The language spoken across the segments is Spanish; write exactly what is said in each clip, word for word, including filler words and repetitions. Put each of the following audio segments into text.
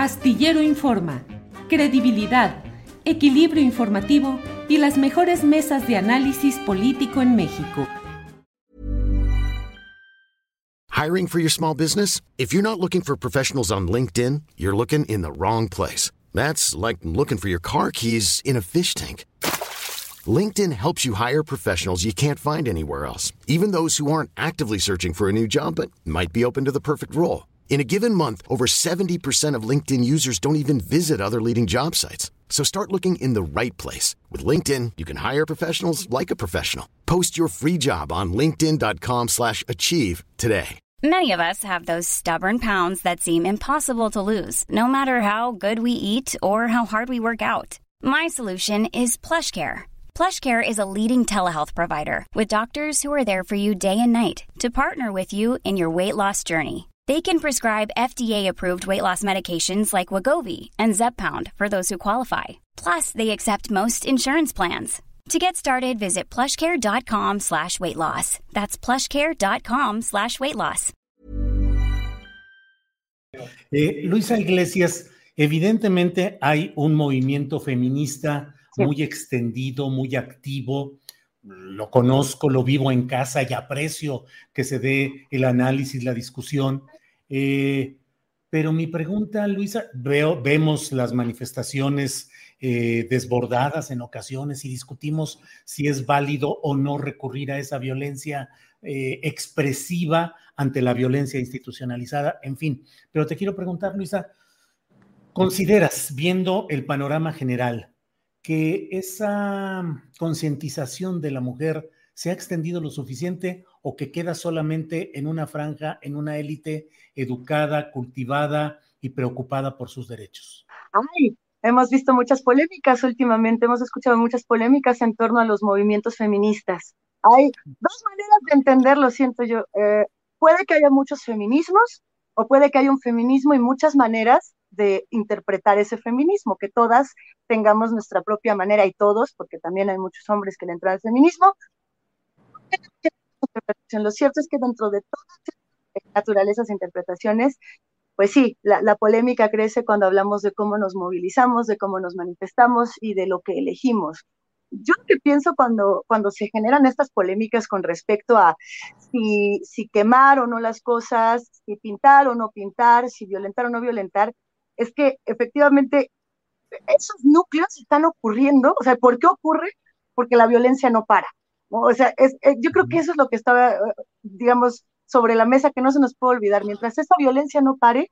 Astillero Informa, credibilidad, equilibrio informativo y las mejores mesas de análisis político en México. Hiring for your small business? If you're not looking for professionals on LinkedIn, you're looking in the wrong place. That's like looking for your car keys in a fish tank. LinkedIn helps you hire professionals you can't find anywhere else, even those who aren't actively searching for a new job but might be open to the perfect role. In a given month, over seventy percent of LinkedIn users don't even visit other leading job sites. So start looking in the right place. With LinkedIn, you can hire professionals like a professional. Post your free job on linkedin.com slash achieve today. Many of us have those stubborn pounds that seem impossible to lose, no matter how good we eat or how hard we work out. My solution is PlushCare. PlushCare is a leading telehealth provider with doctors who are there for you day and night to partner with you in your weight loss journey. They can prescribe F D A-approved weight loss medications like Wegovy and Zepbound for those who qualify. Plus, they accept most insurance plans. To get started, visit plushcare.com slash weight loss. That's plushcare.com slash weight loss. Eh, Luisa Iglesias, evidentemente hay un movimiento feminista sí. muy extendido, muy activo. Lo conozco, lo vivo en casa y aprecio que se dé el análisis, la discusión. Eh, pero mi pregunta, Luisa, veo, vemos las manifestaciones eh, desbordadas en ocasiones y discutimos si es válido o no recurrir a esa violencia eh, expresiva ante la violencia institucionalizada, en fin. Pero te quiero preguntar, Luisa, ¿consideras, viendo el panorama general, que esa concientización de la mujer se ha extendido lo suficiente o que queda solamente en una franja, en una élite educada, cultivada y preocupada por sus derechos? Ay, hemos visto muchas polémicas últimamente, hemos escuchado muchas polémicas en torno a los movimientos feministas. Hay dos maneras de entenderlo, siento yo. Eh, puede que haya muchos feminismos o puede que haya un feminismo y muchas maneras de interpretar ese feminismo, que todas tengamos nuestra propia manera y todos, porque también hay muchos hombres que le entran al feminismo. Lo cierto es que dentro de todas las naturalezas e interpretaciones, pues sí, la, la polémica crece cuando hablamos de cómo nos movilizamos, de cómo nos manifestamos y de lo que elegimos. Yo lo que pienso cuando, cuando se generan estas polémicas con respecto a si, si quemar o no las cosas, si pintar o no pintar, si violentar o no violentar, es que efectivamente esos núcleos están ocurriendo. O sea, ¿por qué ocurre? Porque la violencia no para, ¿no? O sea, es, es, yo creo que eso es lo que estaba, digamos, sobre la mesa, que no se nos puede olvidar. Mientras esa violencia no pare,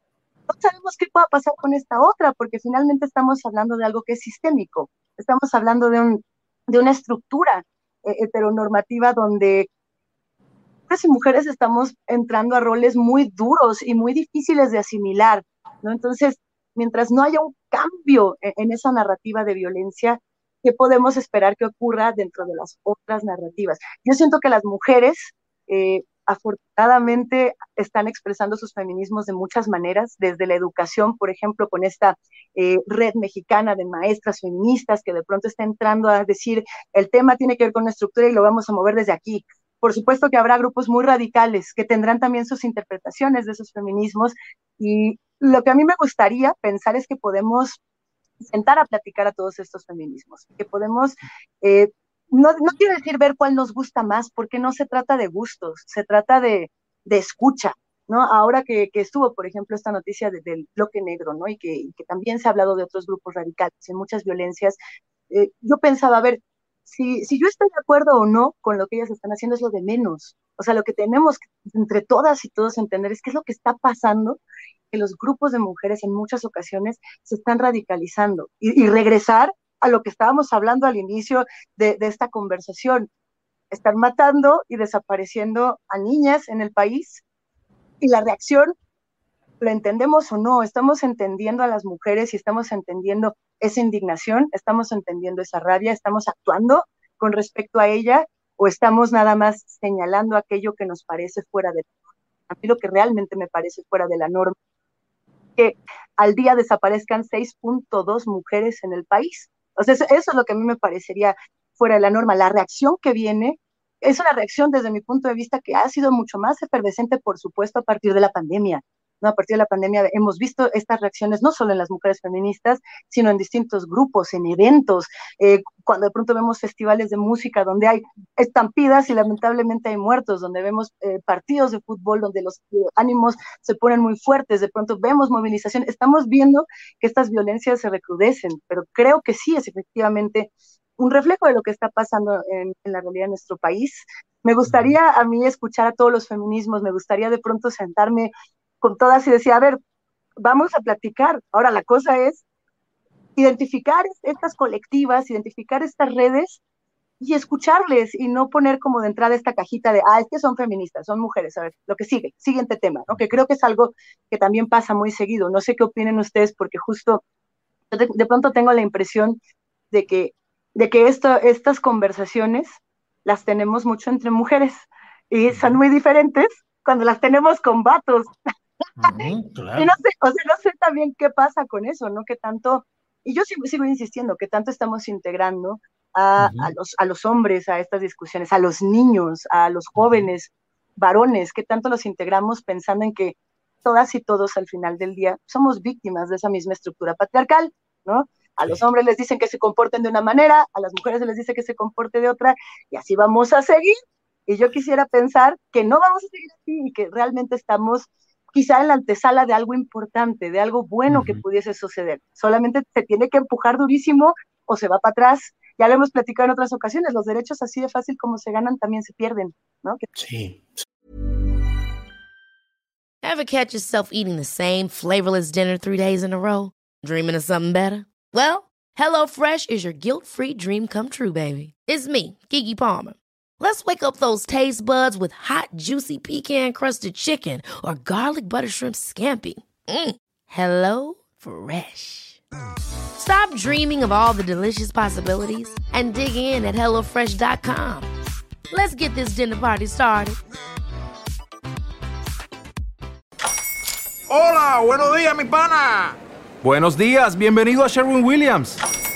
no sabemos qué pueda pasar con esta otra, porque finalmente estamos hablando de algo que es sistémico. Estamos hablando de, un, de una estructura eh, heteronormativa donde hombres y mujeres estamos entrando a roles muy duros y muy difíciles de asimilar, ¿no? Entonces, mientras no haya un cambio en, en esa narrativa de violencia, ¿qué podemos esperar que ocurra dentro de las otras narrativas? Yo siento que las mujeres, eh, afortunadamente, están expresando sus feminismos de muchas maneras, desde la educación, por ejemplo, con esta eh, red mexicana de maestras feministas que de pronto está entrando a decir, el tema tiene que ver con una estructura y lo vamos a mover desde aquí. Por supuesto que habrá grupos muy radicales que tendrán también sus interpretaciones de esos feminismos, y lo que a mí me gustaría pensar es que podemos sentar a platicar a todos estos feminismos, que podemos, eh, no, no quiero decir ver cuál nos gusta más, porque no se trata de gustos, se trata de, de escucha, ¿no? Ahora que, que estuvo, por ejemplo, esta noticia de, del bloque negro, ¿no? Y que, y que también se ha hablado de otros grupos radicales en muchas violencias, eh, yo pensaba, a ver, si, si yo estoy de acuerdo o no con lo que ellas están haciendo es lo de menos. O sea, lo que tenemos que, entre todas y todos, entender es qué es lo que está pasando, que los grupos de mujeres en muchas ocasiones se están radicalizando, y, y regresar a lo que estábamos hablando al inicio de, de esta conversación. Están matando y desapareciendo a niñas en el país, y la reacción, ¿la entendemos o no? ¿Estamos entendiendo a las mujeres y estamos entendiendo esa indignación? ¿Estamos entendiendo esa rabia? ¿Estamos actuando con respecto a ella? ¿O estamos nada más señalando aquello que nos parece fuera de la norma? A mí lo que realmente me parece fuera de la norma es que al día desaparezcan seis punto dos mujeres en el país. O sea, eso, eso es lo que a mí me parecería fuera de la norma. La reacción que viene es una reacción, desde mi punto de vista, que ha sido mucho más efervescente, por supuesto, a partir de la pandemia. ¿no? A partir de la pandemia hemos visto estas reacciones no solo en las mujeres feministas, sino en distintos grupos, en eventos, eh, cuando de pronto vemos festivales de música donde hay estampidas y lamentablemente hay muertos, donde vemos eh, partidos de fútbol donde los eh, ánimos se ponen muy fuertes, de pronto vemos movilización, estamos viendo que estas violencias se recrudecen, pero creo que sí es efectivamente un reflejo de lo que está pasando en, en la realidad de nuestro país. Me gustaría a mí escuchar a todos los feminismos, me gustaría de pronto sentarme con todas y decir, a ver, vamos a platicar. Ahora la cosa es identificar estas colectivas, identificar estas redes y escucharles y no poner como de entrada esta cajita de, ah, es que son feministas, son mujeres, a ver, lo que sigue, siguiente tema, ¿no? Que creo que es algo que también pasa muy seguido. No sé qué opinen ustedes, porque justo de, de pronto tengo la impresión de que de que esto, estas conversaciones las tenemos mucho entre mujeres y son muy diferentes cuando las tenemos con vatos. Uh-huh, claro. Y no sé, o sea, no sé también qué pasa con eso, ¿no? Que tanto, y yo sigo, sigo insistiendo, que tanto estamos integrando a, uh-huh. a, los, a los hombres a estas discusiones, a los niños, a los jóvenes, uh-huh. varones, que tanto los integramos pensando en que todas y todos al final del día somos víctimas de esa misma estructura patriarcal, ¿no? A los hombres les dicen que se comporten de una manera, a las mujeres se les dice que se comporte de otra, y así vamos a seguir. Y yo quisiera pensar que no vamos a seguir así y que realmente estamos quizá en la antesala de algo importante, de algo bueno uh-huh. que pudiese suceder. Solamente se tiene que empujar durísimo o se va para atrás. Ya lo hemos platicado en otras ocasiones, los derechos así de fácil como se ganan también se pierden, ¿no? Sí. Ever catch yourself eating the same flavorless dinner three days in a row? Dreaming of something better? Well, HelloFresh is your guilt-free dream come true, baby. It's me, Keke Palmer. Let's wake up those taste buds with hot, juicy pecan-crusted chicken or garlic butter shrimp scampi. Mm. Hello Fresh. Stop dreaming of all the delicious possibilities and dig in at hello fresh dot com. Let's get this dinner party started. Hola, buenos días, mi pana. Buenos días, bienvenido a Sherwin-Williams.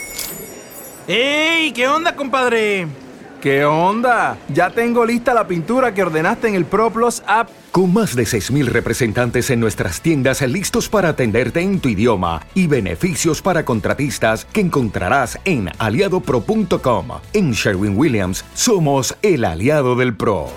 ¡Ey! ¿Qué onda, compadre? ¿Qué onda? Ya tengo lista la pintura que ordenaste en el ProPlus app. Con más de seis mil representantes en nuestras tiendas listos para atenderte en tu idioma y beneficios para contratistas que encontrarás en aliado pro punto com. En Sherwin-Williams somos el aliado del pro.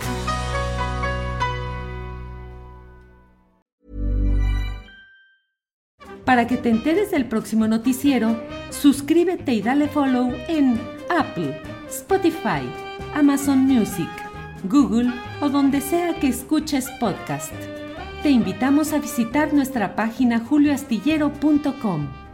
Para que te enteres del próximo noticiero, suscríbete y dale follow en Apple, Spotify, Amazon Music, Google o donde sea que escuches podcast. Te invitamos a visitar nuestra página julio astillero punto com.